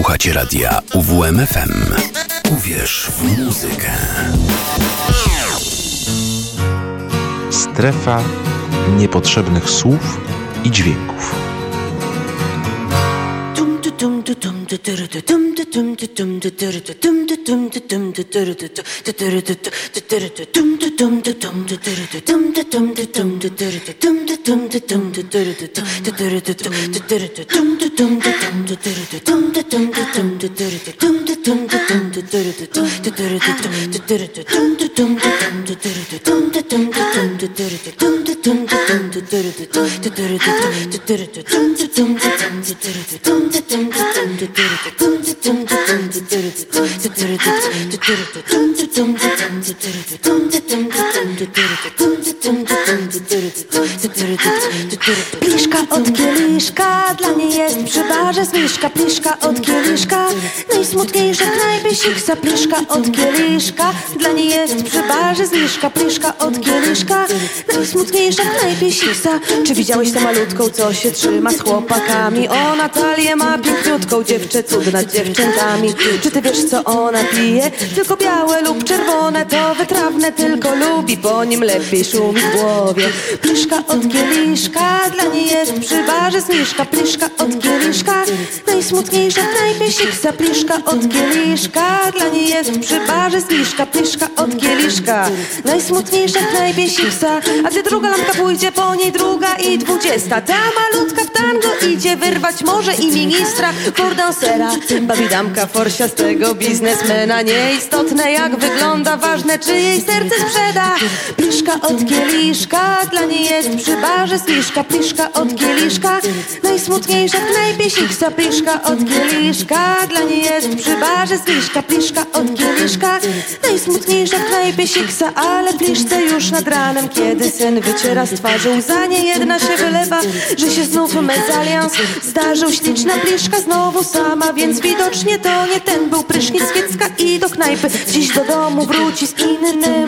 Słuchacie radia UWMFM. Uwierz w muzykę. Strefa niepotrzebnych słów i dźwięków. Pliszka od kieliszka, dla niej jest przy barze zniżka. Pliszka od kieliszka, najsmutniejsza knajpy siksa. Pliszka od kieliszka, dla niej jest przy barze zniżka. Pliszka od kieliszka, najsmutniejsza knajpy siksa. Czy widziałeś tę malutką, co się trzyma z chłopakami? Ona talię ma piękniutką, dziewczę cud nad dziewczętami. Czy ty wiesz, co ona pije? Tylko białe lub czerwone, to wytrawne tylko lubi, po nim lepiej szumi w głowie. Pliszka od kieliszka, dla niej jest przy barze zniżka. Pliszka od kieliszka, najsmutniejsza knajpy siksa. Pliszka od kieliszka, dla niej jest przy barze zniżka. Pliszka od kieliszka, najsmutniejsza knajpy siksa. A gdy druga lampka pójdzie, po niej druga i 20. Ta malutka w tango idzie wyrwać może i ministra, kordansera. Bawi damka forsiastego biznesmena. Nieistotne jak wygląda, ważne czy jej serce sprzeda. Pliszka od kieliszka, dla niej jest przy barze zniżka. Pliszka od kieliszka, najsmutniejsza knajpie siksa. Pliszka od kieliszka, dla niej jest przy barze zniżka. Pliszka od kieliszka, najsmutniejsza knajpie siksa. Ale pliszce już nad ranem, kiedy sen wyciera z twarzy łza, nie jedna się wylewa, że się znów mezalians zdarzył. Śliczna pliszka znowu sama, więc widocznie to nie ten był prysznic Kwiecka i do knajpy. Dziś do domu wróci z innym.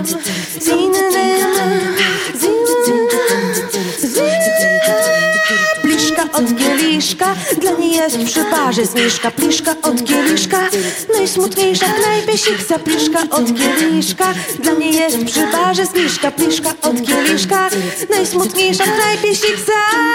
Pliszka od kieliszka, dla niej jest przy barze zniżka. Pliszka od kieliszka, najsmutniejsza knajpie siksa. Pliszka od kieliszka, dla niej jest przy barze zniżka. Pliszka od kieliszka, najsmutniejsza knajpie siksa.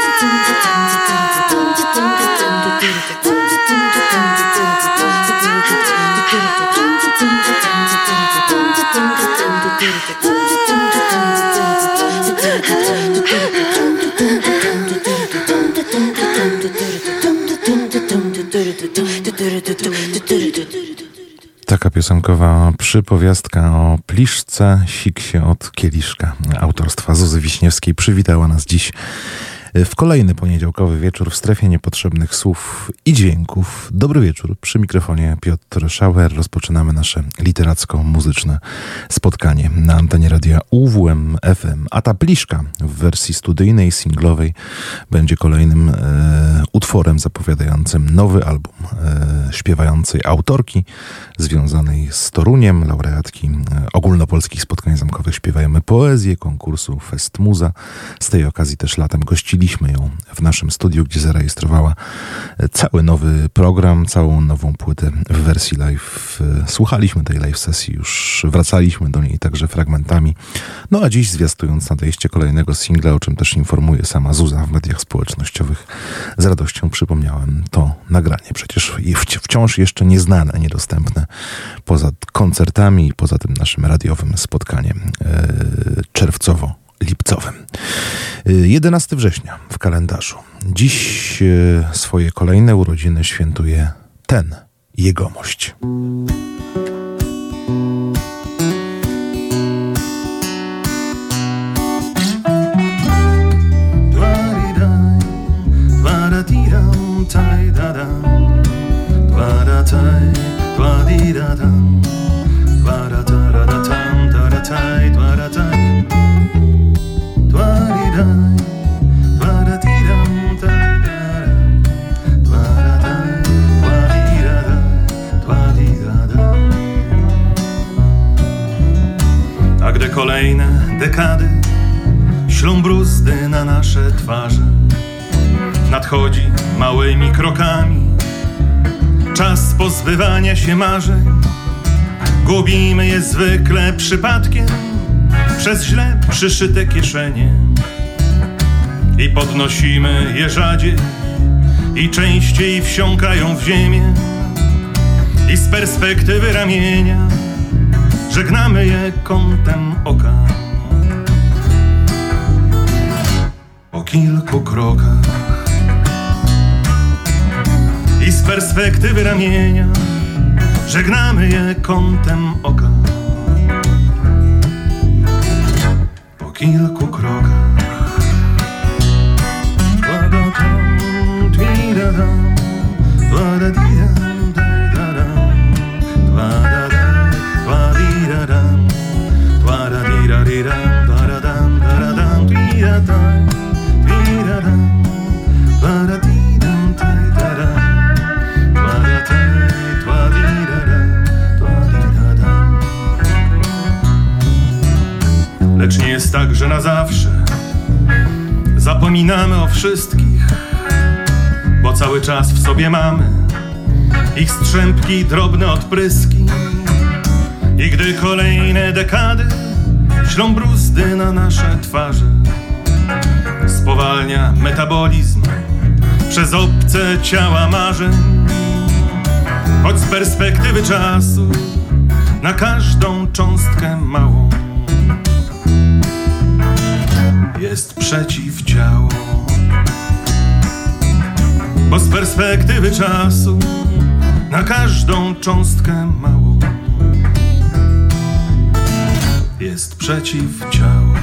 Taka piosenkowa przypowiastka o pliszce siksie od kieliszka autorstwa Zuzy Wiśniewskiej przywitała nas dziś w kolejny poniedziałkowy wieczór w strefie niepotrzebnych słów i dźwięków. Dobry wieczór, przy mikrofonie Piotr Schauer. Rozpoczynamy nasze literacko-muzyczne spotkanie na antenie radia UWM-FM. A ta pliszka w wersji studyjnej, singlowej będzie kolejnym utworem zapowiadającym nowy album śpiewającej autorki związanej z Toruniem, laureatki ogólnopolskich spotkań zamkowych Śpiewajmy Poezję, konkursu Fest Muza. Z tej okazji też latem gościliśmy ją w naszym studiu, gdzie zarejestrowała cały nowy program, całą nową płytę w wersji live. Słuchaliśmy tej live sesji, już wracaliśmy do niej także fragmentami. No a dziś, zwiastując nadejście kolejnego singla, o czym też informuje sama Zuza w mediach społecznościowych, z radością przypomniałem to nagranie. Przecież wciąż jeszcze nieznane, niedostępne poza koncertami i poza tym naszym radiowym spotkaniem czerwcowo-lipcowym. 11 września w kalendarzu. Dziś swoje kolejne urodziny świętuje ten jegomość. A gdy kolejne dekady ślą bruzdy na nasze twarze, nadchodzi małymi krokami pozbywania się marzeń. Gubimy je zwykle przypadkiem przez źle przyszyte kieszenie i podnosimy je rzadziej i częściej wsiąkają w ziemię i z perspektywy ramienia żegnamy je kątem oka. Po kilku krokach i z perspektywy ramienia żegnamy je kątem oka. Po kilku krokach. Lecz nie jest tak, że na zawsze zapominamy o wszystkich, bo cały czas w sobie mamy ich strzępki, drobne odpryski. I gdy kolejne dekady ślą bruzdy na nasze twarze, spowalnia metabolizm przez obce ciała marzeń. Choć z perspektywy czasu na każdą cząstkę małą jest przeciwciało. Bo z perspektywy czasu na każdą cząstkę małą jest przeciwciało.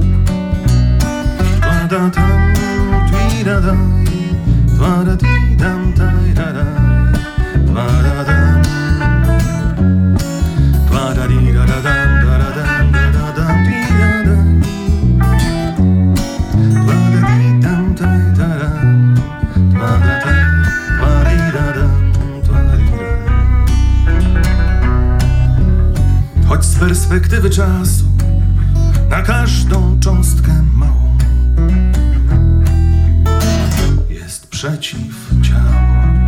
Choć z perspektywy czasu na każdą cząstkę małą jest przeciwciało.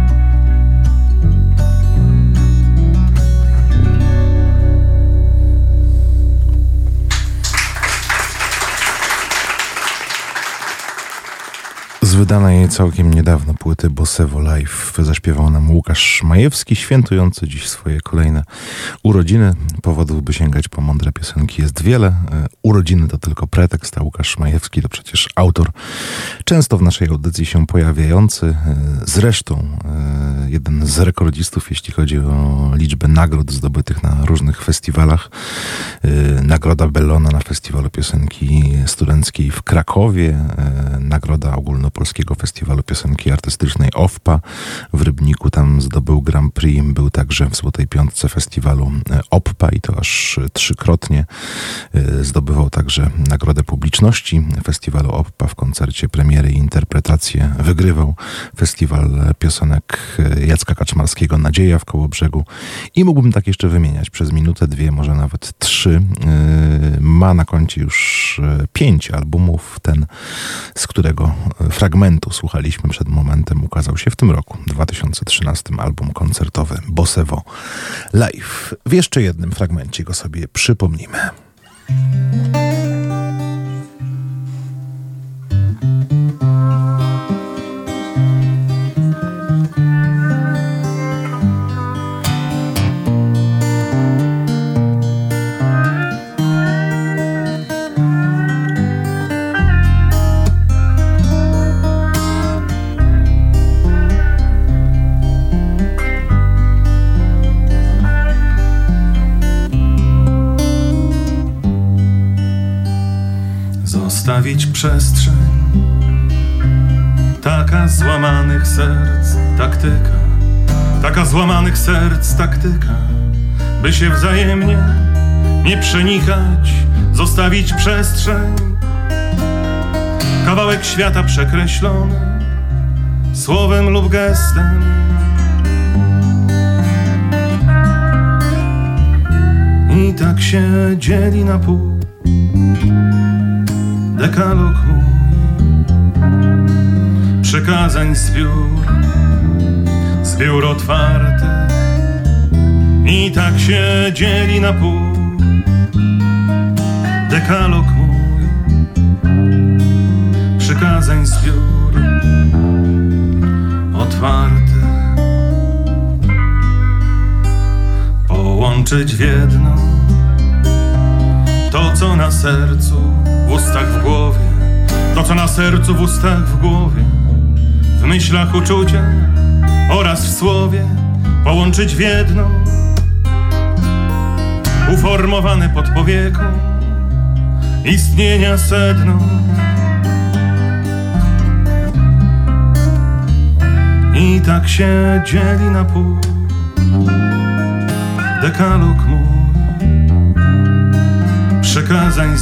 Z wydanej całkiem niedawno płyty Bosevo Live zaśpiewał nam Łukasz Majewski, świętujący dziś swoje kolejne urodziny. Powodów, by sięgać po mądre piosenki jest wiele. Urodziny to tylko pretekst, a Łukasz Majewski to przecież autor często w naszej audycji się pojawiający. Zresztą jeden z rekordzistów, jeśli chodzi o liczbę nagród zdobytych na różnych festiwalach. Nagroda Bellona na Festiwalu Piosenki Studenckiej w Krakowie, nagroda Ogólnopolskiego Festiwalu Piosenki Artystycznej OFPA w Rybniku, tam zdobył Grand Prix, był także w Złotej Piątce Festiwalu OPPA i to aż 3-krotnie. Zdobywał także Nagrodę Publiczności Festiwalu OPPA w koncercie premiery i interpretacje. Wygrywał Festiwal Piosenek Jacka Kaczmarskiego Nadzieja w Kołobrzegu i mógłbym tak jeszcze wymieniać przez minutę, dwie, może nawet 3. Ma na koncie już 5 albumów. Ten, z którego fragmentu słuchaliśmy przed momentem, ukazał się w tym roku, 2013, album koncertowy Bosevo Live. W jeszcze jednym fragmencie go sobie przypomnimy. Zostawić przestrzeń, taka złamanych serc taktyka, taka złamanych serc taktyka, by się wzajemnie nie przenikać, zostawić przestrzeń, kawałek świata przekreślony słowem lub gestem. I tak się dzieli na pół dekalog przekazań zbiór otwarty i tak się dzieli na pół dekalog mój, przykazań zbiór otwarty, połączyć w jedno to, co na sercu, w ustach, w głowie, to, co na sercu, w ustach, w głowie, w myślach, uczuciach oraz w słowie, połączyć w jedno, uformowane pod powieką istnienia sedno. I tak się dzieli na pół dekalog mój, przykazań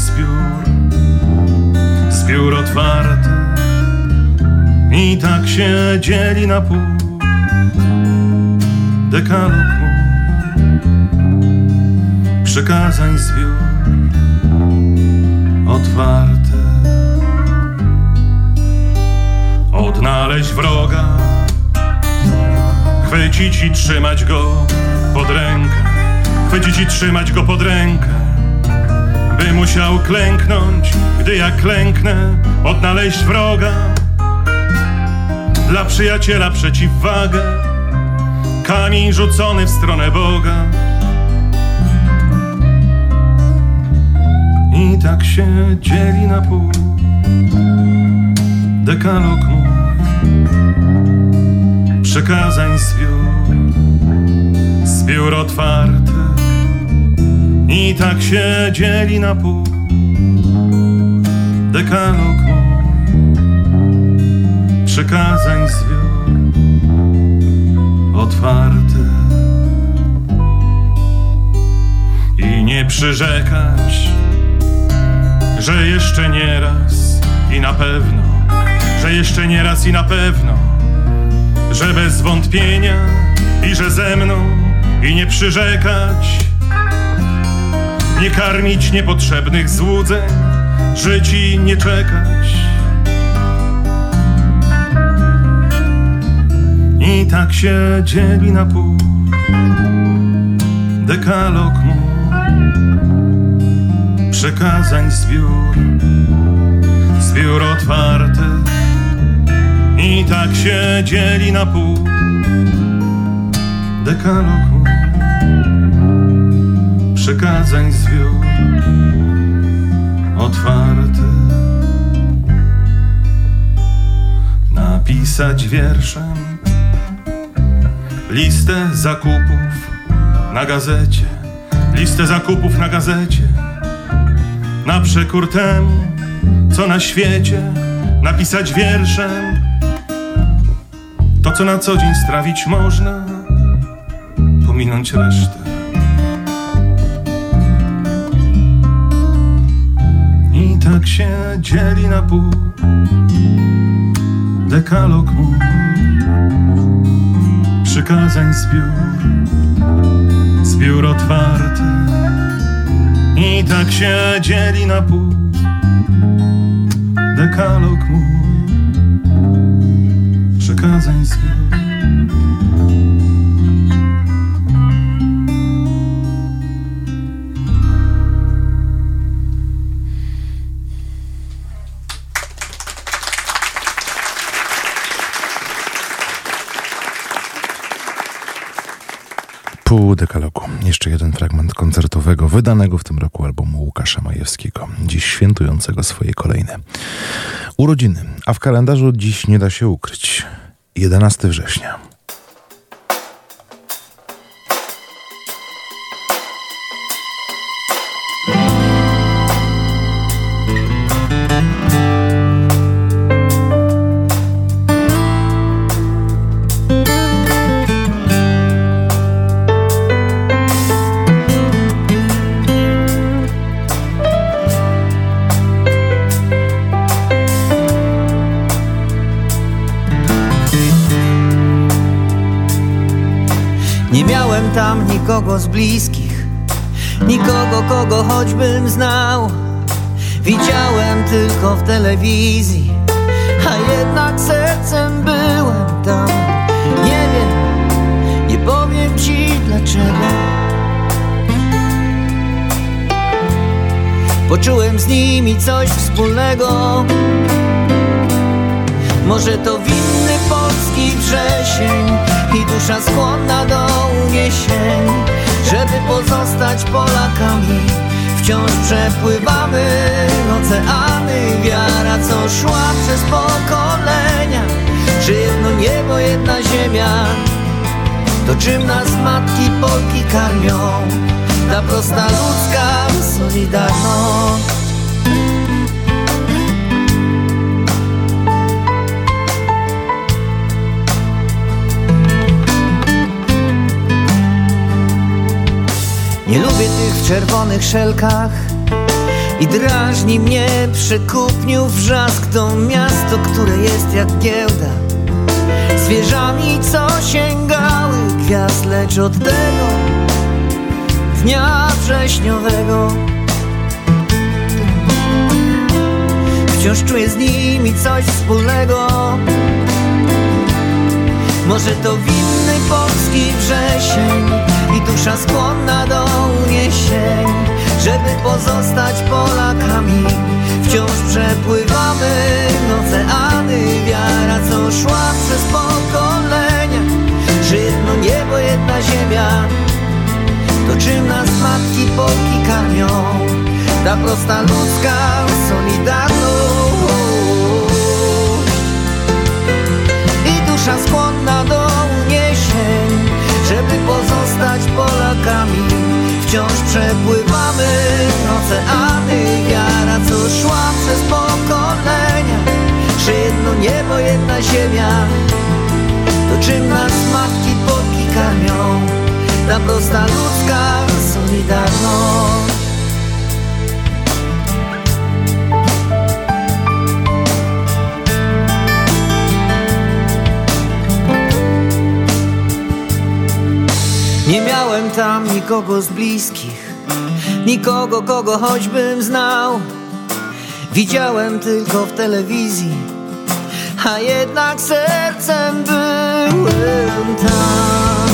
zbiór otwarty. I tak się dzieli na pół dekalog mój, przykazań zbiór otwarty. Odnaleźć wroga, chwycić i trzymać go pod rękę, chwycić i trzymać go pod rękę, by musiał klęknąć, gdy ja klęknę. Odnaleźć wroga, dla przyjaciela przeciwwagę, kamień rzucony w stronę Boga. I tak się dzieli na pół dekalog mój, przykazań zbiór otwarty. I tak się dzieli na pół dekalog mój, przykazań zbiór otwarty. I nie przyrzekać, że jeszcze nie raz i na pewno, że jeszcze nie raz i na pewno, że bez wątpienia i że ze mną. I nie przyrzekać, nie karmić niepotrzebnych złudzeń, żyć i nie czekać. I tak się dzieli na pół dekalog mój, przykazań zbiór otwarty. I tak się dzieli na pół dekalog mój, przykazań zbiór otwarty. Napisać wierszem listę zakupów na gazecie, listę zakupów na gazecie, na przekór temu, co na świecie. Napisać wierszem to, co na co dzień strawić można, pominąć resztę. I tak się dzieli na pół dekalog mój, przykazań zbiór otwarty. I tak się dzieli na pół dekalog mój, przykazań zbiór. Pół dekalogu. Jeszcze jeden fragment koncertowego, wydanego w tym roku albumu Łukasza Majewskiego, dziś świętującego swoje kolejne urodziny. A w kalendarzu dziś nie da się ukryć. 11 września. Nie miałem tam nikogo z bliskich, nikogo, kogo choćbym znał. Widziałem tylko w telewizji, a jednak sercem byłem tam. Nie wiem, nie powiem ci dlaczego. poczułem z nimi coś wspólnego. Może to winny polski wrzesień i dusza skłonna do uniesień. Żeby pozostać Polakami, wciąż przepływamy oceany. Wiara, co szła przez pokolenia, że jedno niebo, jedna ziemia, to czym nas matki Polki karmią, ta prosta ludzka solidarność. Nie lubię tych w czerwonych szelkach i drażni mnie przy kupniu wrzask. To miasto, które jest jak giełda, z wieżami, co sięgały gwiazd. Lecz od tego dnia wrześniowego wciąż czuję z nimi coś wspólnego. Może to winny polski wrzesień i dusza skłonna do uniesień. Żeby pozostać Polakami, wciąż przepływamy oceany. Wiara, co szła przez pokolenia, że jedno niebo, jedna ziemia, to czym nas matki Polki karmią, ta prosta ludzka solidarność. I dusza skłonna do uniesień, żeby pozostać Polakami, wciąż przepływamy oceany. Wiara, co szła przez pokolenia, że jedno niebo, jedna ziemia, to czym nas matki Polki karmią, ta prosta ludzka solidarność. Nie miałem tam nikogo z bliskich, nikogo, kogo choćbym znał. Widziałem tylko w telewizji, a jednak sercem byłem tam.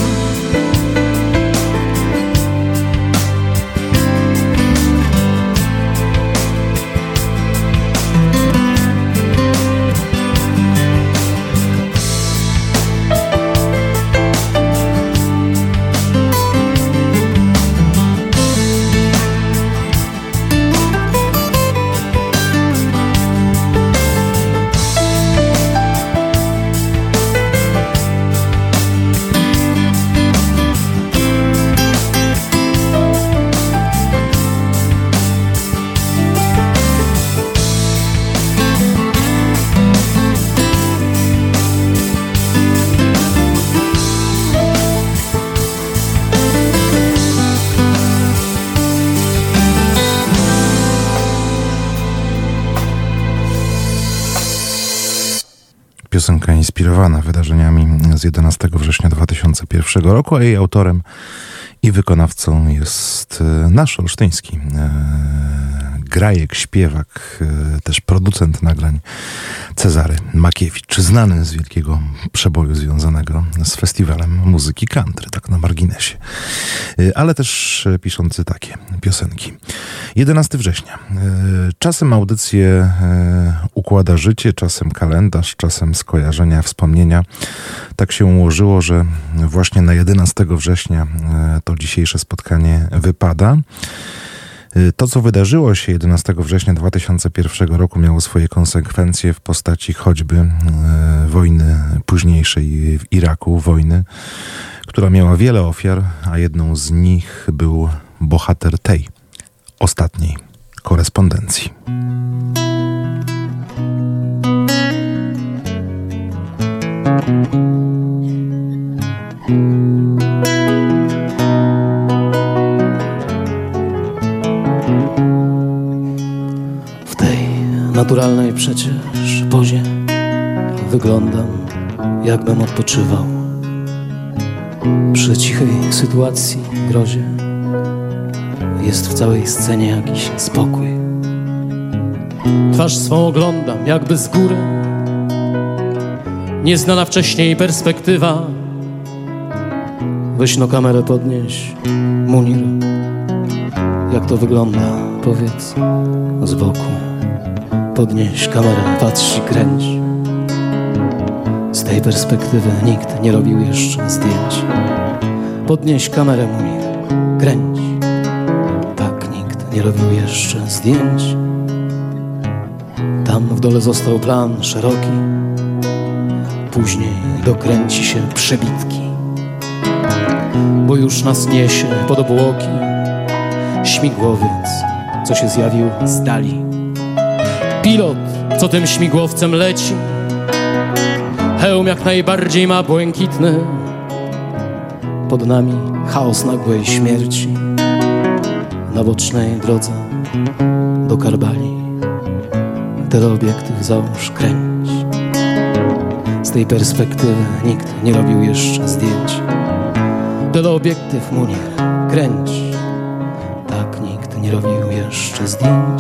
Piosenka inspirowana wydarzeniami z 11 września 2001 roku, a jej autorem i wykonawcą jest nasz olsztyński grajek, śpiewak, też producent nagrań Cezary Makiewicz, znany z wielkiego przeboju związanego z festiwalem muzyki country, tak na marginesie, ale też piszący takie piosenki. 11 września. Czasem audycję układa życie, czasem kalendarz, czasem skojarzenia, wspomnienia. Tak się ułożyło, że właśnie na 11 września to dzisiejsze spotkanie wypada. To, co wydarzyło się 11 września 2001 roku, miało swoje konsekwencje w postaci choćby wojny późniejszej w Iraku, wojny, która miała wiele ofiar, a jedną z nich był bohater tej ostatniej korespondencji. W tej naturalnej przecież pozie wyglądam, jakbym odpoczywał przy cichej sytuacji, grozie. Jest w całej scenie jakiś spokój. Twarz swą oglądam jakby z góry, nieznana wcześniej perspektywa. Weź no kamerę podnieś, Munir, jak to wygląda powiedz z boku. Podnieś kamerę, patrz i kręć. Z tej perspektywy nikt nie robił jeszcze zdjęć. Podnieś kamerę, Munir, kręć. Tak nikt nie robił jeszcze zdjęć. Tam w dole został plan szeroki, później dokręci się przebitki, bo już nas niesie pod obłoki śmigłowiec, co się zjawił z dali. Pilot, co tym śmigłowcem leci, hełm jak najbardziej ma błękitny. Pod nami chaos nagłej śmierci na bocznej drodze do Karbali. Teleobiektyw załóż, kręć. Z tej perspektywy nikt nie robił jeszcze zdjęć. Teleobiektyw, Munir, kręć. Tak nikt nie robił jeszcze zdjęć.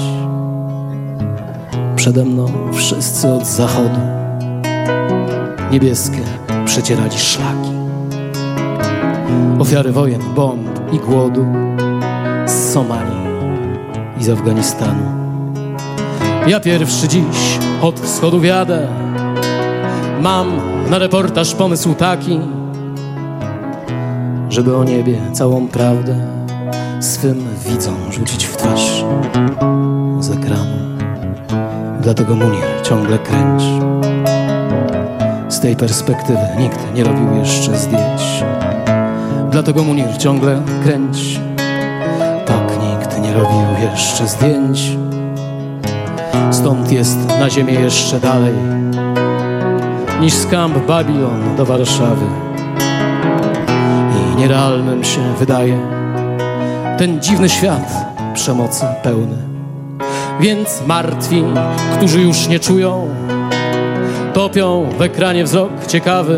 Przede mną wszyscy od zachodu niebieskie przecierali szlaki. Ofiary wojen, bomb i głodu z Somalii i z Afganistanu. Ja pierwszy dziś od wschodu wjadę. Mam na reportaż pomysł taki, żeby o niebie całą prawdę swym widzom rzucić w twarz z ekranu. Dlatego, Munir, ciągle kręć. Z tej perspektywy nikt nie robił jeszcze zdjęć. Dlatego, Munir, ciągle kręć. Tak nikt nie robił jeszcze zdjęć. Stąd jest na ziemię jeszcze dalej niż z Camp Babylon do Warszawy. I nierealnym się wydaje ten dziwny świat przemocy pełny. Więc martwi, którzy już nie czują, topią w ekranie wzrok ciekawy,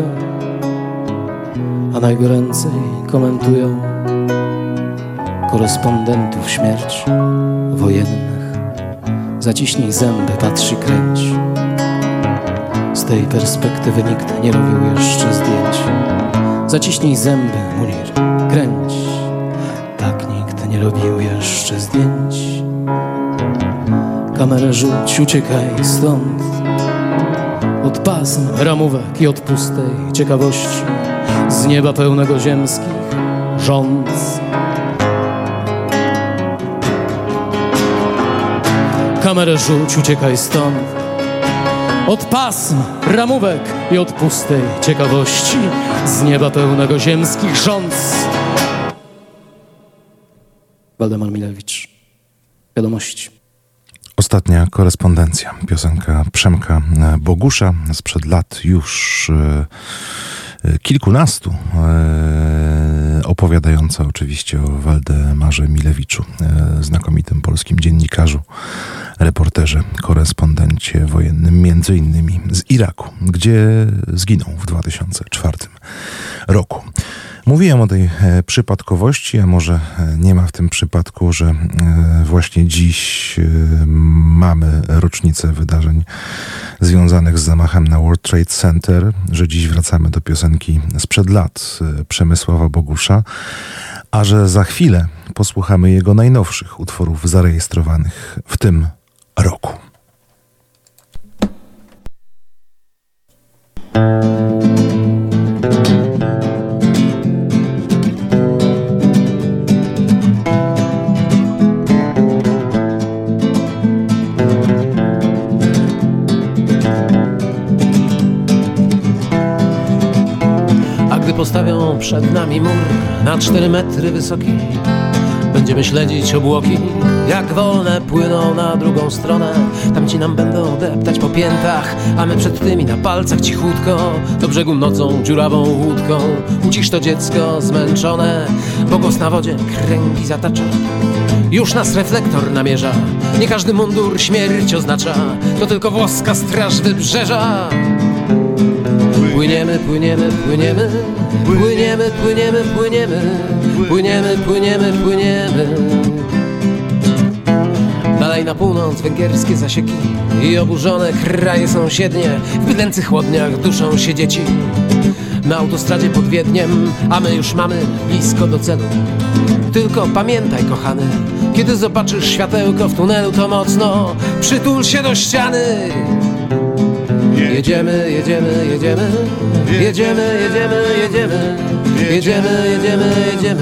a najgoręcej komentują korespondentów śmierć wojennych. Zaciśnij zęby, patrz i kręć. Z tej perspektywy nikt nie robił jeszcze zdjęć. Zaciśnij zęby, Munir, kręć. Tak nikt nie robił jeszcze zdjęć. Kamerę rzuć, uciekaj stąd. Od pasm, ramówek i od pustej ciekawości z nieba pełnego ziemskich rządz. Kamerę rzuć, uciekaj stąd. Od pasm, ramówek i od pustej ciekawości z nieba pełnego ziemskich rządz. Waldemar Milewicz. Wiadomości. Ostatnia korespondencja. Piosenka Przemka Bogusza sprzed lat już kilkunastu, opowiadająca oczywiście o Waldemarze Milewiczu, znakomitym polskim dziennikarzu, reporterze, korespondencie wojennym, między innymi z Iraku, gdzie zginął w 2004 roku. Mówiłem o tej przypadkowości, a może nie ma w tym przypadku, że właśnie dziś mamy rocznicę wydarzeń związanych z zamachem na World Trade Center, że dziś wracamy do piosenki sprzed lat Przemysława Bogusza, a że za chwilę posłuchamy jego najnowszych utworów zarejestrowanych w tym roku. Postawią przed nami mur na 4 metry wysoki. Będziemy śledzić obłoki, jak wolne płyną na drugą stronę. Tamci nam będą deptać po piętach, a my przed tymi na palcach cichutko do brzegu nocą dziurawą łódką. Ucisz to dziecko zmęczone, bo głos na wodzie kręgi zatacza. Już nas reflektor namierza, nie każdy mundur śmierć oznacza, to tylko włoska straż wybrzeża. Płyniemy, płyniemy, płyniemy, płyniemy, płyniemy, płyniemy, płyniemy, płyniemy, płyniemy. Dalej na północ węgierskie zasieki i oburzone kraje sąsiednie. W bydlęcych chłodniach duszą się dzieci na autostradzie pod Wiedniem, a my już mamy blisko do celu. Tylko pamiętaj, kochany, Kiedy zobaczysz światełko w tunelu, to mocno przytul się do ściany. Jedziemy, jedziemy, jedziemy, jedziemy, jedziemy, jedziemy, jedziemy, jedziemy, jedziemy.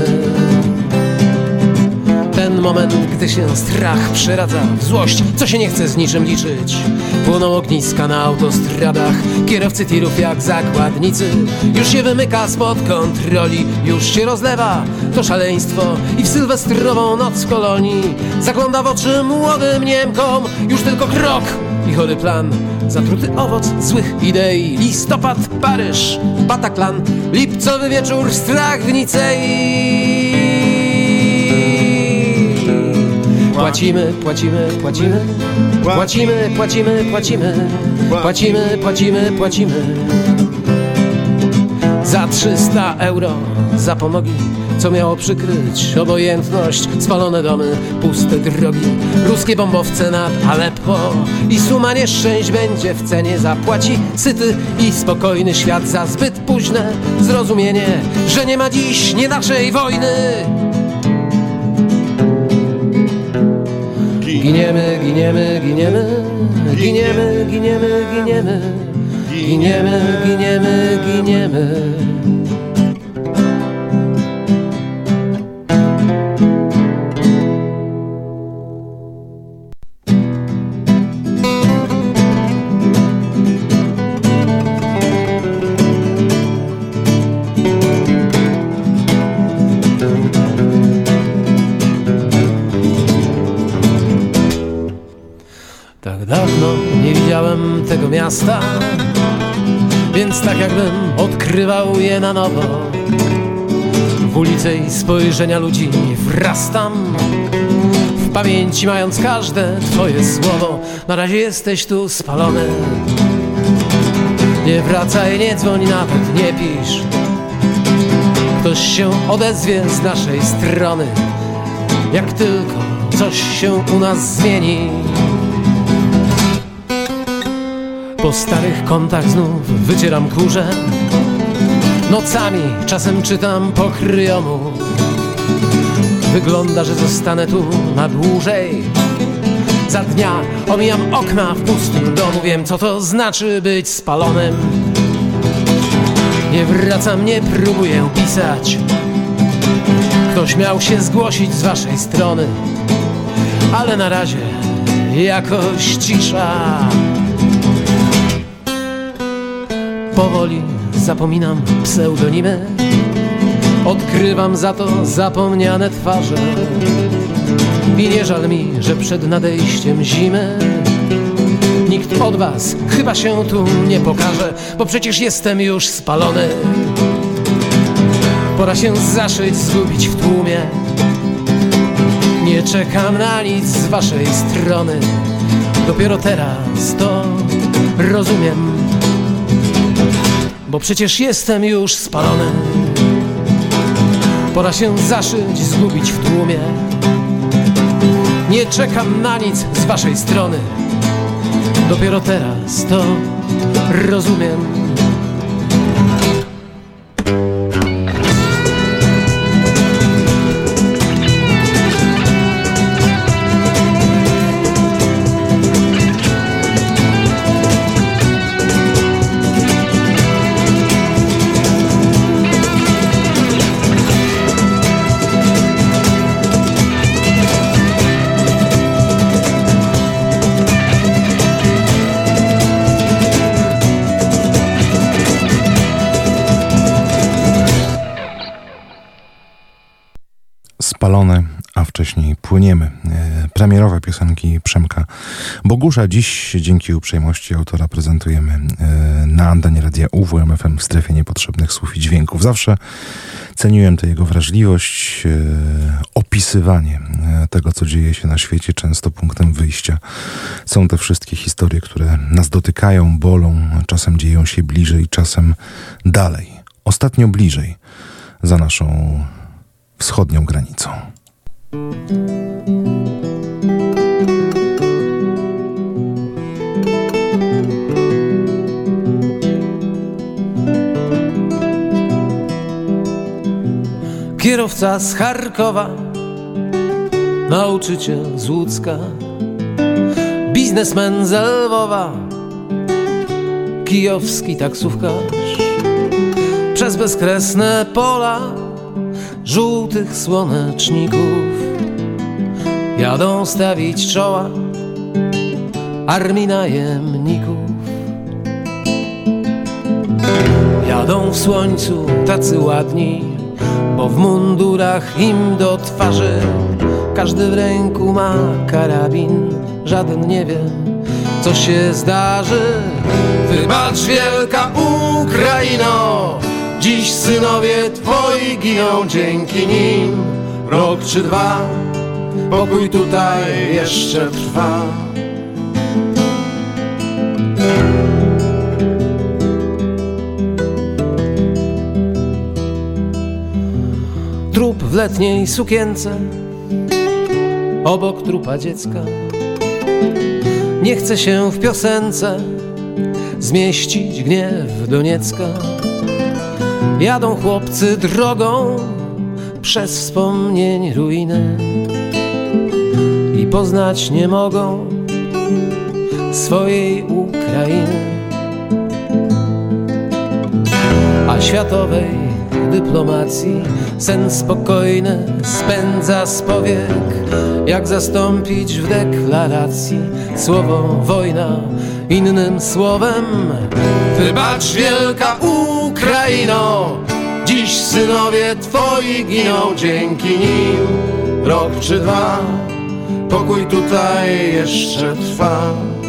Ten moment, gdy się strach przeradza w złość, co się nie chce z niczym liczyć. Płoną ogniska na autostradach, kierowcy tirów jak zakładnicy. Już się wymyka spod kontroli, już się rozlewa to szaleństwo. I w sylwestrową noc w kolonii zagląda w oczy młodym Niemkom już tylko krok i chory plan. Zatruty owoc złych idei. Listopad, Paryż, Bataclan, lipcowy wieczór, strach w Nicei. Płacimy, płacimy, płacimy, płacimy, płacimy, płacimy, płacimy, płacimy, płacimy. Za 300 euro za pomogi, co miało przykryć obojętność. Spalone domy, puste drogi, ruskie bombowce nad Aleppo. I suma nieszczęść będzie w cenie. Zapłaci syty i spokojny świat za zbyt późne zrozumienie, że nie ma dziś nie naszej wojny. Giniemy, giniemy, giniemy, giniemy, giniemy, giniemy, giniemy, giniemy, giniemy. Tak dawno nie widziałem tego miasta, więc tak jakbym odkrywał je na nowo. W ulice i spojrzenia ludzi wrastam, w pamięci mając każde twoje słowo. Na razie jesteś tu spalony, nie wracaj, nie dzwoń, nawet nie pisz. Ktoś się odezwie z naszej strony, jak tylko coś się u nas zmieni. Po starych kątach znów wycieram kurze, nocami czasem czytam po kryjomu. Wygląda, że zostanę tu na dłużej. Za dnia omijam okna w pustym domu. Wiem, co to znaczy być spalonym. Nie wracam, nie próbuję pisać. Ktoś miał się zgłosić z waszej strony, ale na razie jakoś cisza. Powoli zapominam pseudonimy, odkrywam za to zapomniane twarze. I nie żal mi, że przed nadejściem zimy nikt od was chyba się tu nie pokaże, bo przecież jestem już spalony. Pora się zaszyć, zgubić w tłumie. Nie czekam na nic z waszej strony. Dopiero teraz to rozumiem, bo przecież jestem już spalony. Pora się zaszyć, zgubić w tłumie. Nie czekam na nic z waszej strony. Dopiero teraz to rozumiem. Spalone, a wcześniej Płyniemy. Premierowe piosenki Przemka Bogusza. Dziś dzięki uprzejmości autora prezentujemy na antenie radia UWM FM w strefie niepotrzebnych słów i dźwięków. Zawsze ceniłem tę jego wrażliwość, opisywanie tego, co dzieje się na świecie. Często punktem wyjścia są te wszystkie historie, które nas dotykają, bolą, czasem dzieją się bliżej, czasem dalej. Ostatnio bliżej, za naszą wschodnią granicą. Kierowca z Charkowa nauczyciel z Łódzka, biznesmen z Lwowa, kijowski taksówkarz. Przez bezkresne pola żółtych słoneczników jadą stawić czoła armii najemników. Jadą w słońcu tacy ładni, bo w mundurach im do twarzy. Każdy w ręku ma karabin, żaden nie wie, co się zdarzy. Wybacz wielka Ukraino, dziś synowie twoi giną dzięki nim. Rok czy dwa, pokój tutaj jeszcze trwa. Trup w letniej sukience obok trupa dziecka. Nie chce się w piosence zmieścić gniew Doniecka. Jadą chłopcy drogą przez wspomnień ruiny i poznać nie mogą swojej Ukrainy. A światowej dyplomacji sen spokojny spędza z powiek. Jak zastąpić w deklaracji słowo wojna innym słowem? Wybacz wielka Ukraino, dziś synowie twoi giną dzięki nim. Rok czy dwa, pokój tutaj jeszcze trwa.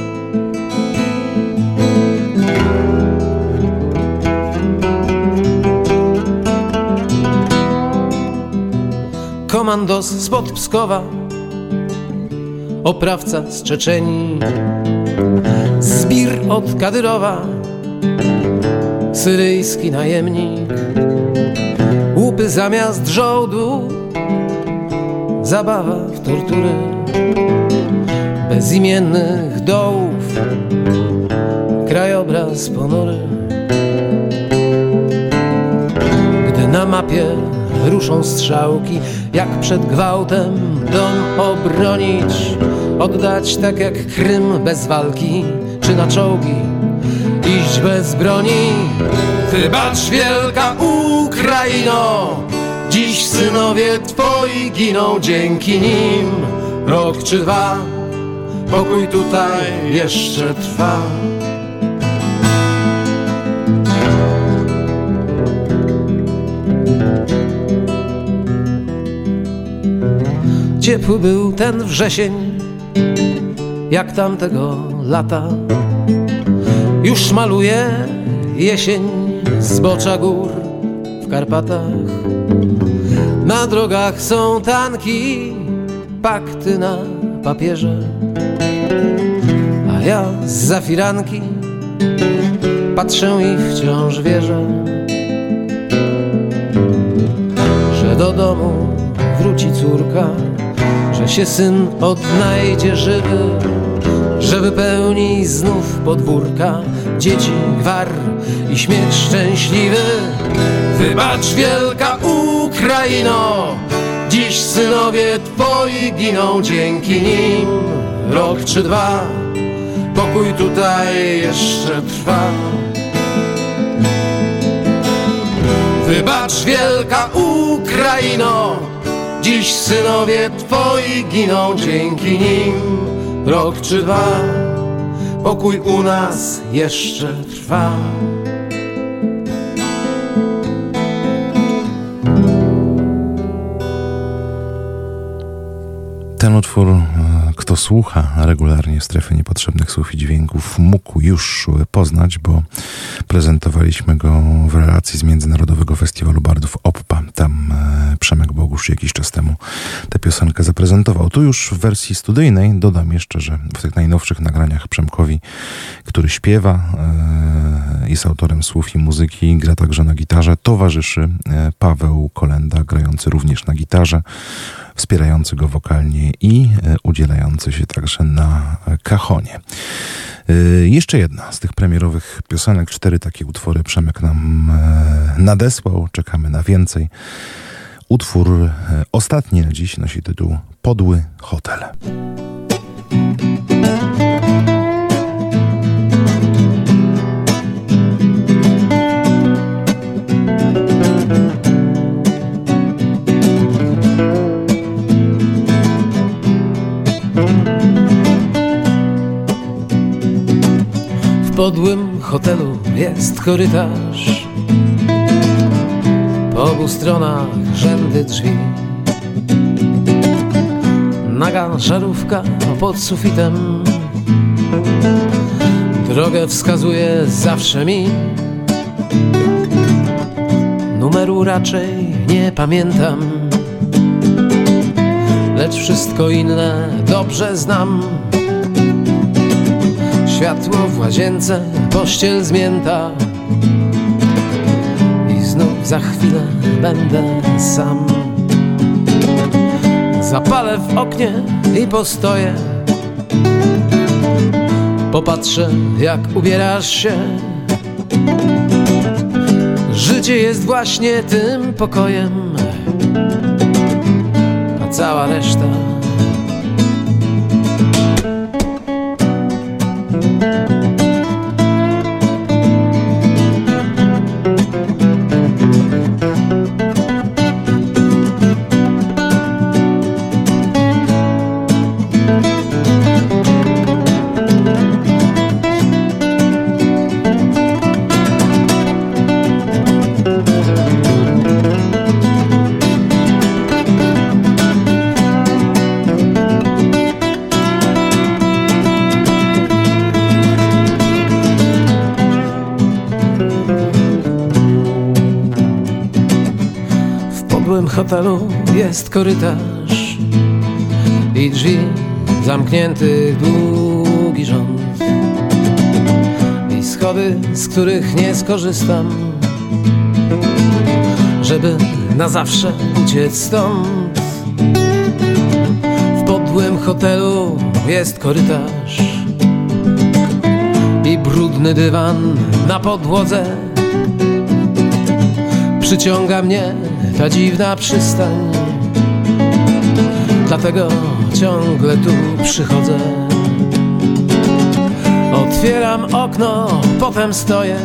Komandos spod Pskowa, oprawca z Czeczenii, zbir od Kadyrowa, syryjski najemnik. Łupy zamiast żołdu, zabawa w tortury bezimiennych dołów, krajobraz ponury. Gdy na mapie ruszą strzałki, jak przed gwałtem dom obronić, oddać tak jak Krym bez walki, czy na czołgi iść bez broni. Wybacz wielka Ukraino, dziś synowie twoi giną dzięki nim. Rok czy dwa, pokój tutaj jeszcze trwa. Ciepły był ten wrzesień, jak tamtego lata. Już maluje jesień zbocza gór w Karpatach. Na drogach są tanki, pakty na papierze, a ja zza firanki patrzę i wciąż wierzę, że do domu wróci córka, że się syn odnajdzie żywy, że wypełni znów podwórka dzieci gwar i śmiech szczęśliwy. Wybacz wielka Ukraino, dziś synowie twoi giną dzięki nim. Rok czy dwa, pokój tutaj jeszcze trwa. Wybacz wielka Ukraino, dziś synowie twoi giną dzięki nim. Rok czy dwa, pokój u nas jeszcze trwa. Ten utwór, kto słucha regularnie Strefy Niepotrzebnych Słów i Dźwięków, mógł już poznać, bo prezentowaliśmy go w relacji z Międzynarodowego Festiwalu Bardów OPPA. Tam Przemek Bogusz jakiś czas temu tę piosenkę zaprezentował. Tu już w wersji studyjnej dodam jeszcze, że w tych najnowszych nagraniach Przemkowi, który śpiewa, jest autorem słów i muzyki, gra także na gitarze, towarzyszy Paweł Kolenda, grający również na gitarze, wspierający go wokalnie i udzielający się także na cajonie. Jeszcze jedna z tych premierowych piosenek, 4 takie utwory Przemek nam nadesłał, czekamy na więcej. Utwór ostatni na dziś nosi tytuł Podły hotel. W podłym hotelu jest korytarz, po obu stronach rzędy drzwi. Naga żarówka pod sufitem drogę wskazuje zawsze mi. Numeru raczej nie pamiętam, lecz wszystko inne dobrze znam. Światło w łazience, pościel zmięta i znów za chwilę będę sam. Zapalę w oknie i postoję, popatrzę jak ubierasz się. Życie jest właśnie tym pokojem, a cała reszta W hotelu jest korytarz i drzwi zamkniętych długi rząd i schody, z których nie skorzystam, żeby na zawsze uciec stąd. W podłym hotelu jest korytarz i brudny dywan na podłodze. Przyciąga mnie ta dziwna przystań, dlatego ciągle tu przychodzę. Otwieram okno, potem stoję.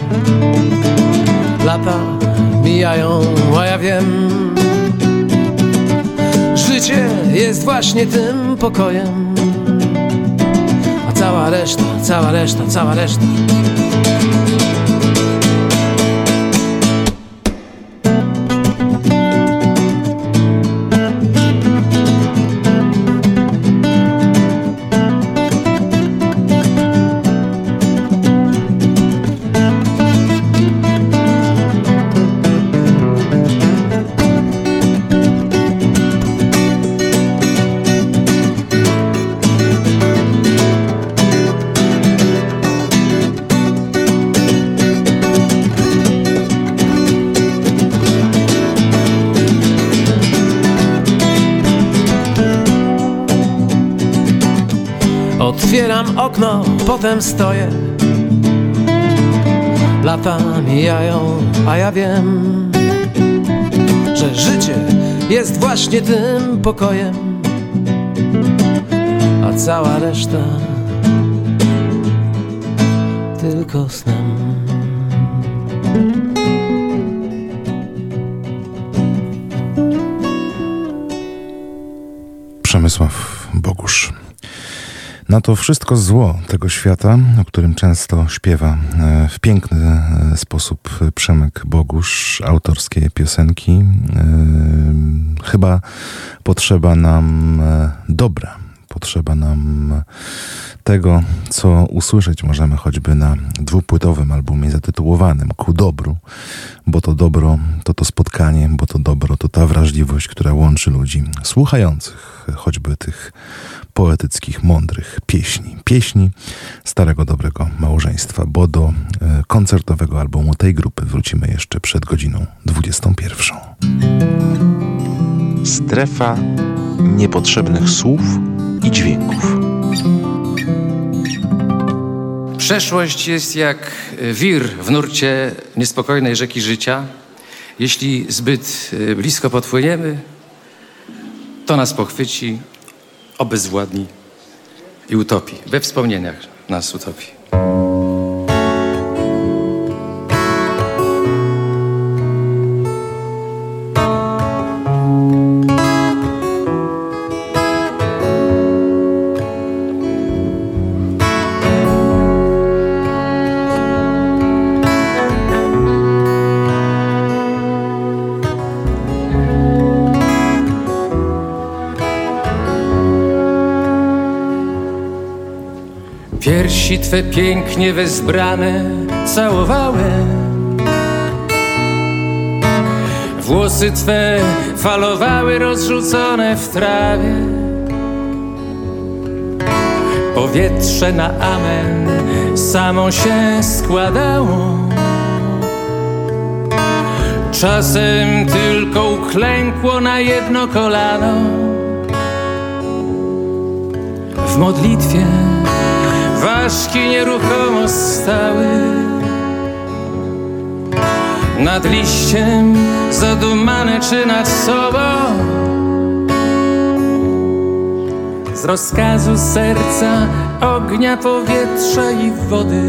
Lata mijają, a ja wiem, życie jest właśnie tym pokojem, a cała reszta, cała reszta, cała reszta Otwieram okno, potem stoję. Lata mijają, a ja wiem, że życie jest właśnie tym pokojem, a cała reszta tylko snem. Przemysław Bogusz. Na to wszystko zło tego świata, o którym często śpiewa w piękny sposób Przemek Bogusz, autorskie piosenki. Chyba potrzeba nam dobra, potrzeba nam tego, co usłyszeć możemy choćby na dwupłytowym albumie zatytułowanym Ku dobru, bo to dobro to to spotkanie, bo to dobro to ta wrażliwość, która łączy ludzi słuchających choćby tych poetyckich, mądrych pieśni starego, dobrego małżeństwa, bo do koncertowego albumu tej grupy wrócimy jeszcze przed godziną 21. Strefa niepotrzebnych słów i dźwięków. Przeszłość jest jak wir w nurcie niespokojnej rzeki życia. Jeśli zbyt blisko podpłyniemy, to nas pochwyci, obezwładni i utopi. We wspomnieniach nas utopi. Piersi Twe pięknie wezbrane całowałem, włosy Twe falowały rozrzucone w trawie. Powietrze na amen samo się składało, czasem tylko uklękło na jedno kolano. W modlitwie ważki nieruchomo stały, nad liściem zadumane czy nad sobą. Z rozkazu serca, ognia, powietrza i wody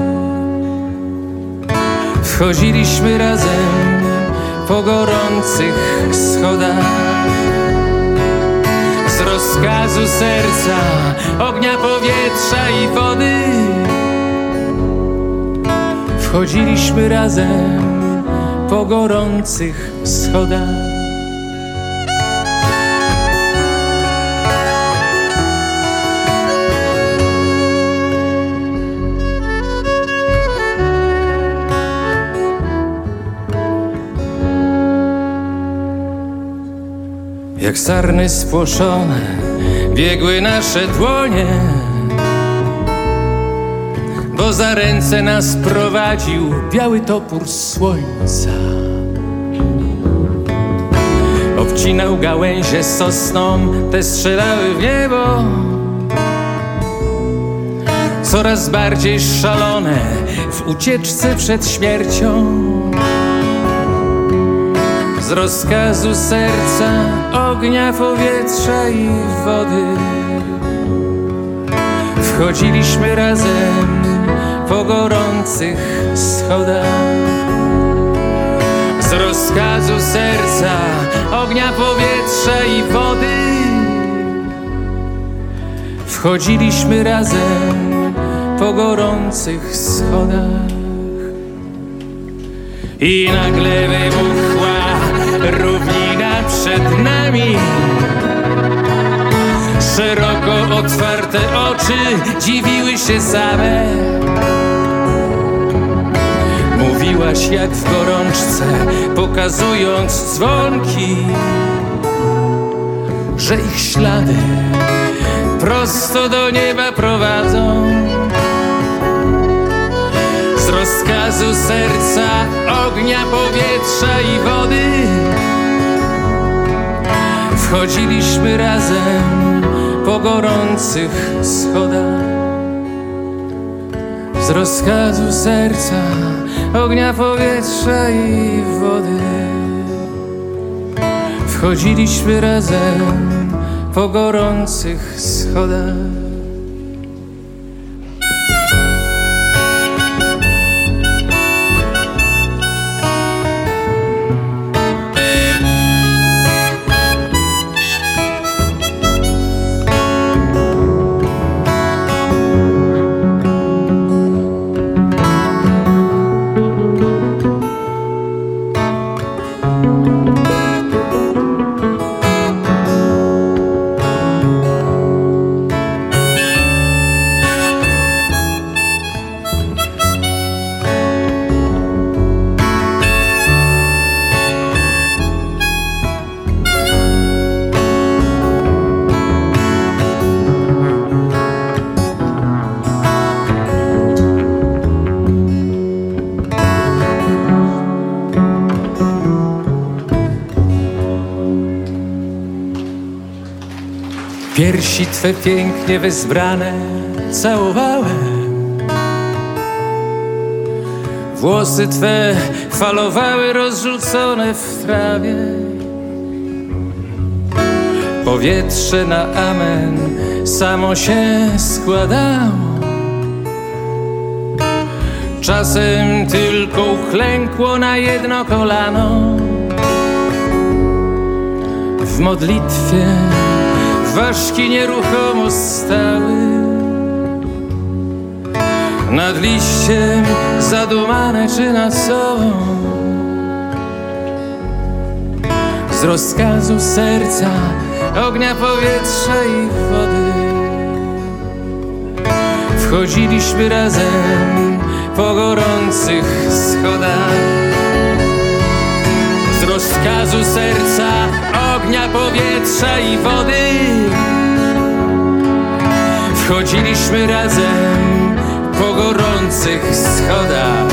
wchodziliśmy razem po gorących schodach. Z rozkazu serca, ognia, powietrza i wody wchodziliśmy razem po gorących schodach. Jak sarny spłoszone biegły nasze dłonie, bo za ręce nas prowadził biały topór słońca. Obcinał gałęzie sosną, te strzelały w niebo, coraz bardziej szalone w ucieczce przed śmiercią. Z rozkazu serca, ognia, powietrza i wody wchodziliśmy razem po gorących schodach. Z rozkazu serca, ognia, powietrza i wody wchodziliśmy razem po gorących schodach. I nagle wybuchła równina przed nami. Szeroko otwarte oczy dziwiły się same. Mówiłaś jak w gorączce, pokazując dzwonki, że ich ślady prosto do nieba prowadzą. Z rozkazu serca, ognia, powietrza i wody wchodziliśmy razem po gorących schodach. Z rozkazu serca, ognia, powietrza i wody wchodziliśmy razem po gorących schodach. Piersi Twe pięknie wezbrane całowałem, Włosy twe falowały rozrzucone w trawie. Powietrze na amen samo się składało. Czasem tylko uklękło na jedno kolano. W modlitwie ważki nieruchomo stały. Nad liściem zadumane czy nad sobą. Z rozkazu serca, ognia, powietrza i wody wchodziliśmy razem po gorących schodach. Z rozkazu serca, ognia, powietrza i wody wchodziliśmy razem po gorących schodach.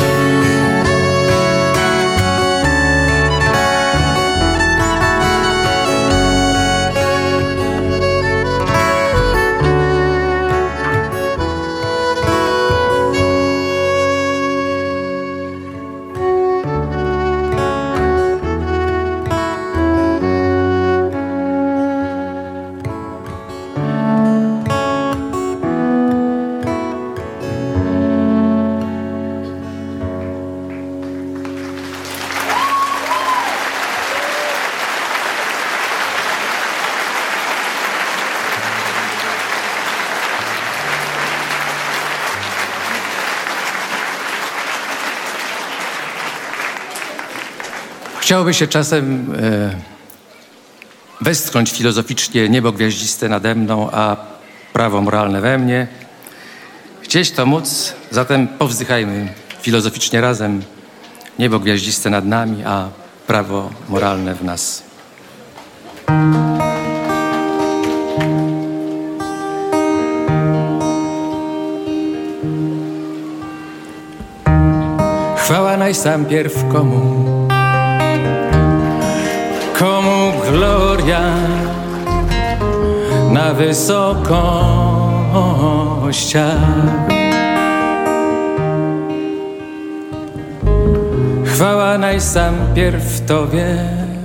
Chciałoby się czasem westchnąć filozoficznie niebo gwiaździste nade mną, a prawo moralne we mnie. Chcieć to móc, zatem powzdychajmy filozoficznie razem. Niebo gwiaździste nad nami, a prawo moralne w nas. Chwała najsampierw komu, komu gloria na wysokościach. Chwała najsampierw Tobie,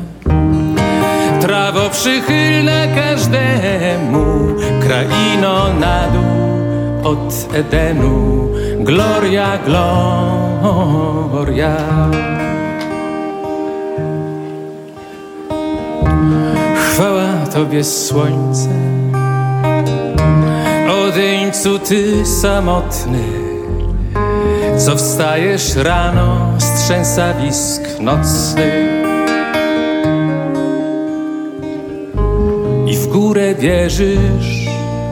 trawo przychylna każdemu, kraino na dół od Edenu. Gloria, gloria. Chwała Tobie, słońce, odeńcu Ty samotny, co wstajesz rano z trzęsawisk nocnych i w górę bieżysz,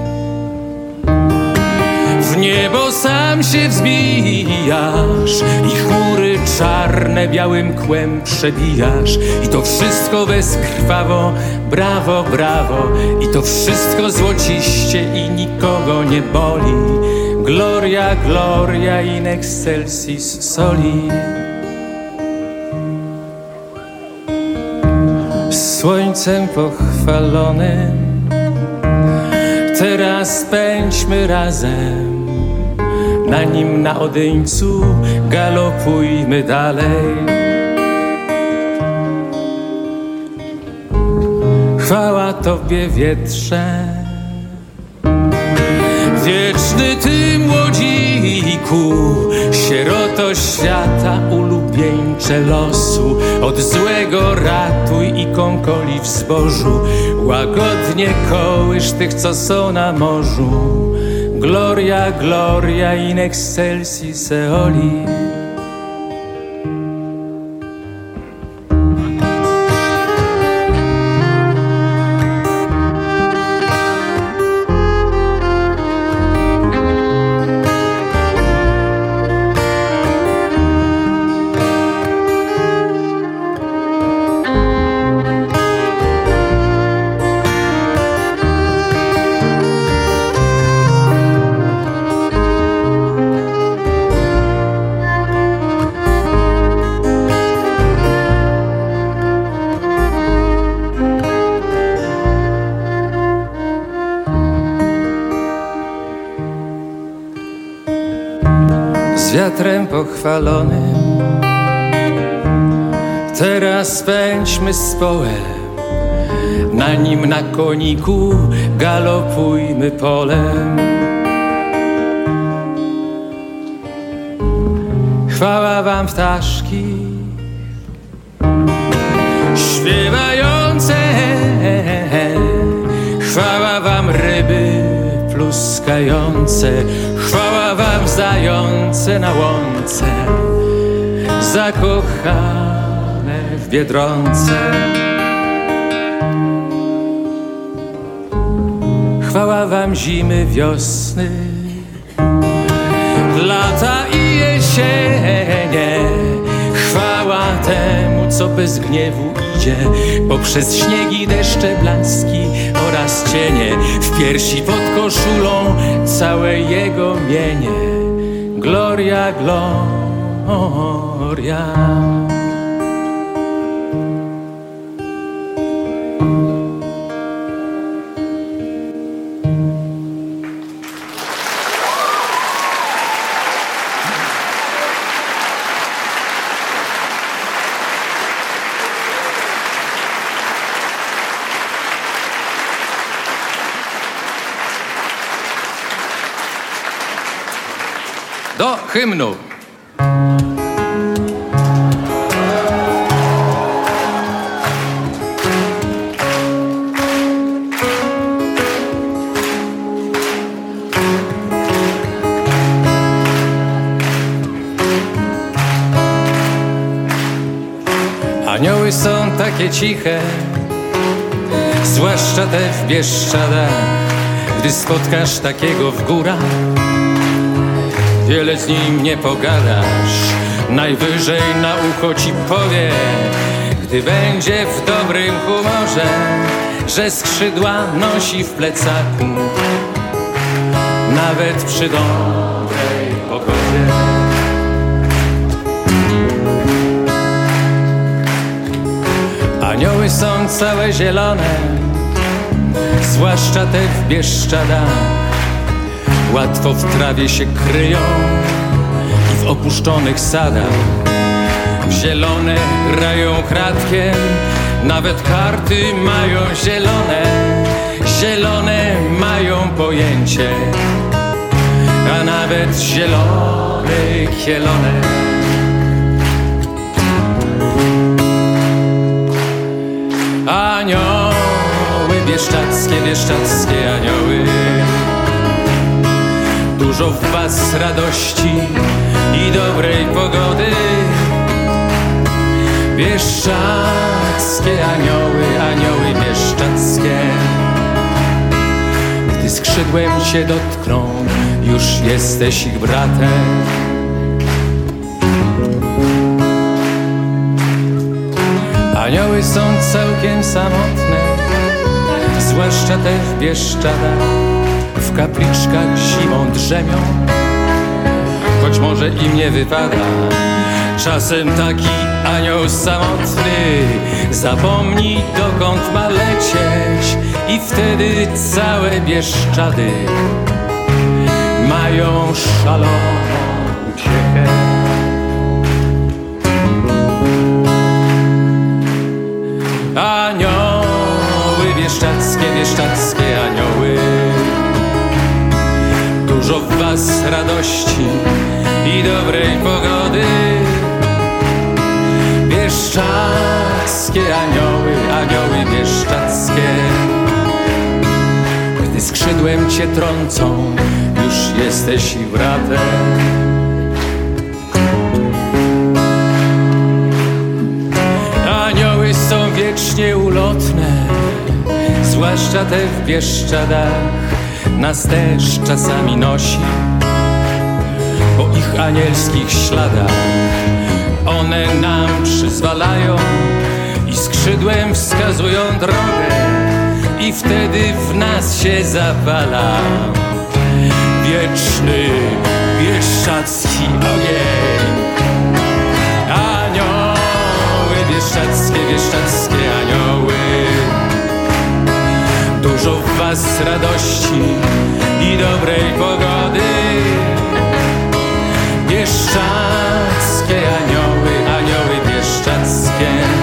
w niebo sam się wzbijasz i chmury czarne białym kłem przebijasz. I to wszystko bezkrwawo, brawo, brawo. I to wszystko złociście i nikogo nie boli. Gloria, gloria in excelsis soli. Słońcem pochwalonym teraz pędźmy razem. Na nim, na odeńcu galopujmy dalej. Chwała Tobie, wietrze, wieczny Ty młodziku, sieroto świata, ulubieńcze losu. Od złego ratuj i kąkoli w zbożu, łagodnie kołysz tych, co są na morzu. Gloria, gloria in excelsis eoli. Z wiatrem pochwalonym Teraz pędźmy z połem, na nim na koniku galopujmy polem. Chwała wam ptaszki śpiewające, chwała wam ryby pluskające, chwała wam zające na łące, zakochane w Biedronce. Chwała wam zimy, wiosny, lata i jesienie. Chwała temu, co bez gniewu idzie poprzez śniegi, deszcze, blaski oraz cienie. W piersi pod koszulą całe jego mienie. Gloria, gloria. Do hymnu. Anioły są takie ciche, zwłaszcza te w Bieszczadach. Gdy spotkasz takiego w górach, wiele z nim nie pogadasz, najwyżej na ucho ci powie, gdy będzie w dobrym humorze, że skrzydła nosi w plecaku, nawet przy dobrej pogodzie. Anioły są całe zielone, zwłaszcza te w Bieszczadach. Łatwo w trawie się kryją i w opuszczonych sadach. Zielone grają kratkiem, nawet karty mają zielone. Zielone mają pojęcie, a nawet zielony kielonek. Anioły bieszczadzkie, bieszczadzkie anioły, dużo w was radości i dobrej pogody. Bieszczadzkie anioły, anioły bieszczadzkie, gdy skrzydłem cię dotkną, już jesteś ich bratem. Anioły są całkiem samotne, zwłaszcza te w Bieszczadach. W kapliczkach zimą drzemią, choć może im nie wypada. Czasem taki anioł samotny zapomni, dokąd ma lecieć, i wtedy całe Bieszczady mają szaloną uciechę. Anioły bieszczadzkie, bieszczadzkie anioły, dużo w was radości i dobrej pogody. Bieszczadzkie anioły, anioły bieszczadzkie, gdy skrzydłem cię trącą, już jesteś ich bratem. Anioły są wiecznie ulotne, zwłaszcza te w Bieszczadach. Nas też czasami nosi po ich anielskich śladach. One nam przyzwalają i skrzydłem wskazują drogę, i wtedy w nas się zapala wieczny bieszczadzki ogień. Anioły bieszczadzkie, bieszczadzkie anioły, dużo w was radości i dobrej pogody. Bieszczadzkie anioły, anioły bieszczadzkie,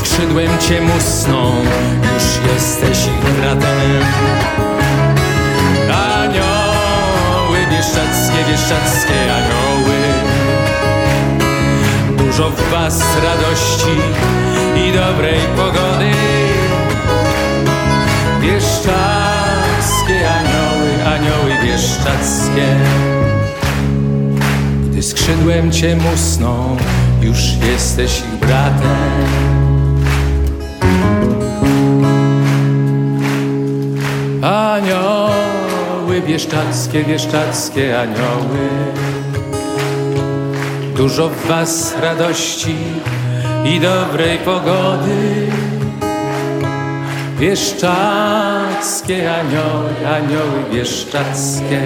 skrzydłem cię musną, już jesteś ich bratem. Anioły bieszczackie anioły, dużo w was radości i dobrej pogody. Bieszczackie anioły bieszczackie, gdy skrzydłem cię musną, już jesteś ich bratem. Anioły bieszczackie anioły, dużo w was radości i dobrej pogody. Bieszczackie anioły bieszczackie,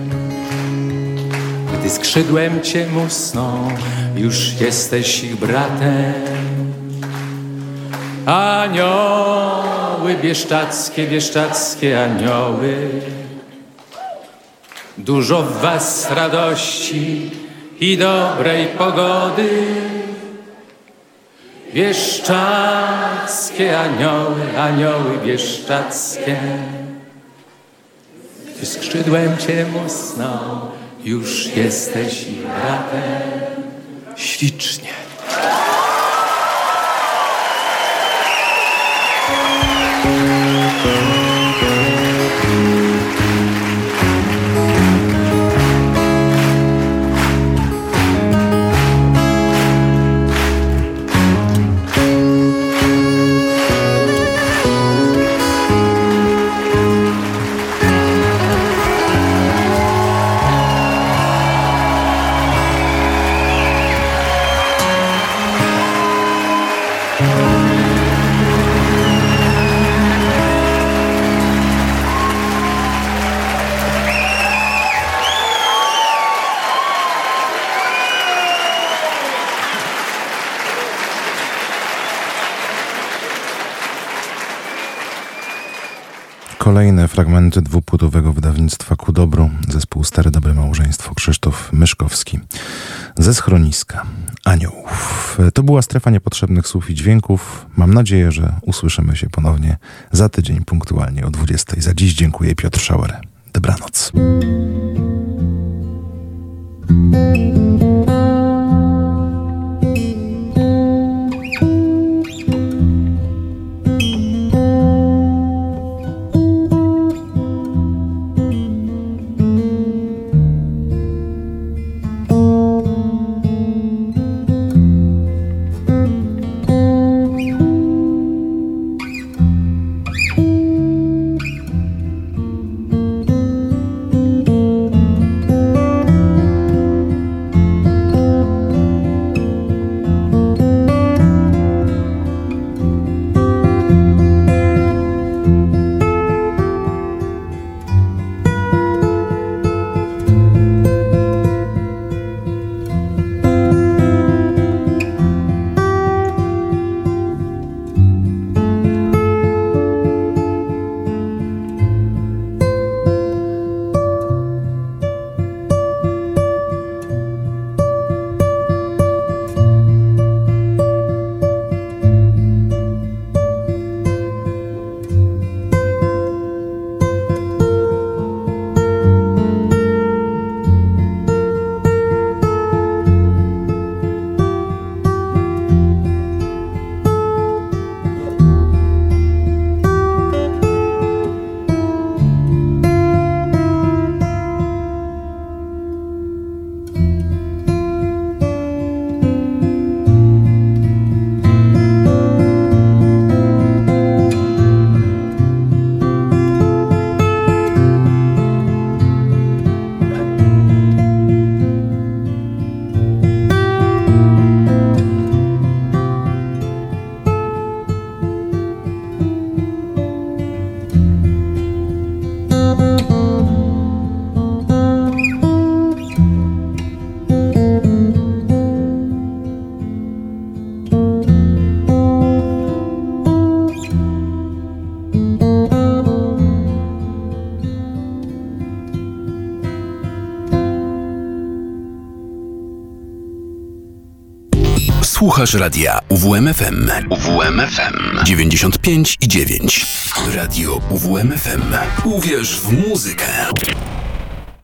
gdy skrzydłem cię musną, już jesteś ich bratem. Anioły bieszczackie anioły, dużo w was radości i dobrej pogody. Bieszczackie anioły bieszczackie, gdy skrzydłem cię musną, już jesteś ich bratem. Ślicznie. Kolejne fragmenty dwupłytowego wydawnictwa Ku Dobru, zespół Stare Dobre Małżeństwo, Krzysztof Myszkowski. Ze schroniska aniołów. To była strefa niepotrzebnych słów i dźwięków. Mam nadzieję, że usłyszymy się ponownie za tydzień punktualnie o 20. Za dziś dziękuję, Piotr Schauer. Dobranoc. Słuchasz radia UWMFM. UWMFM 95,9. Radio UWMFM. Uwierz w muzykę.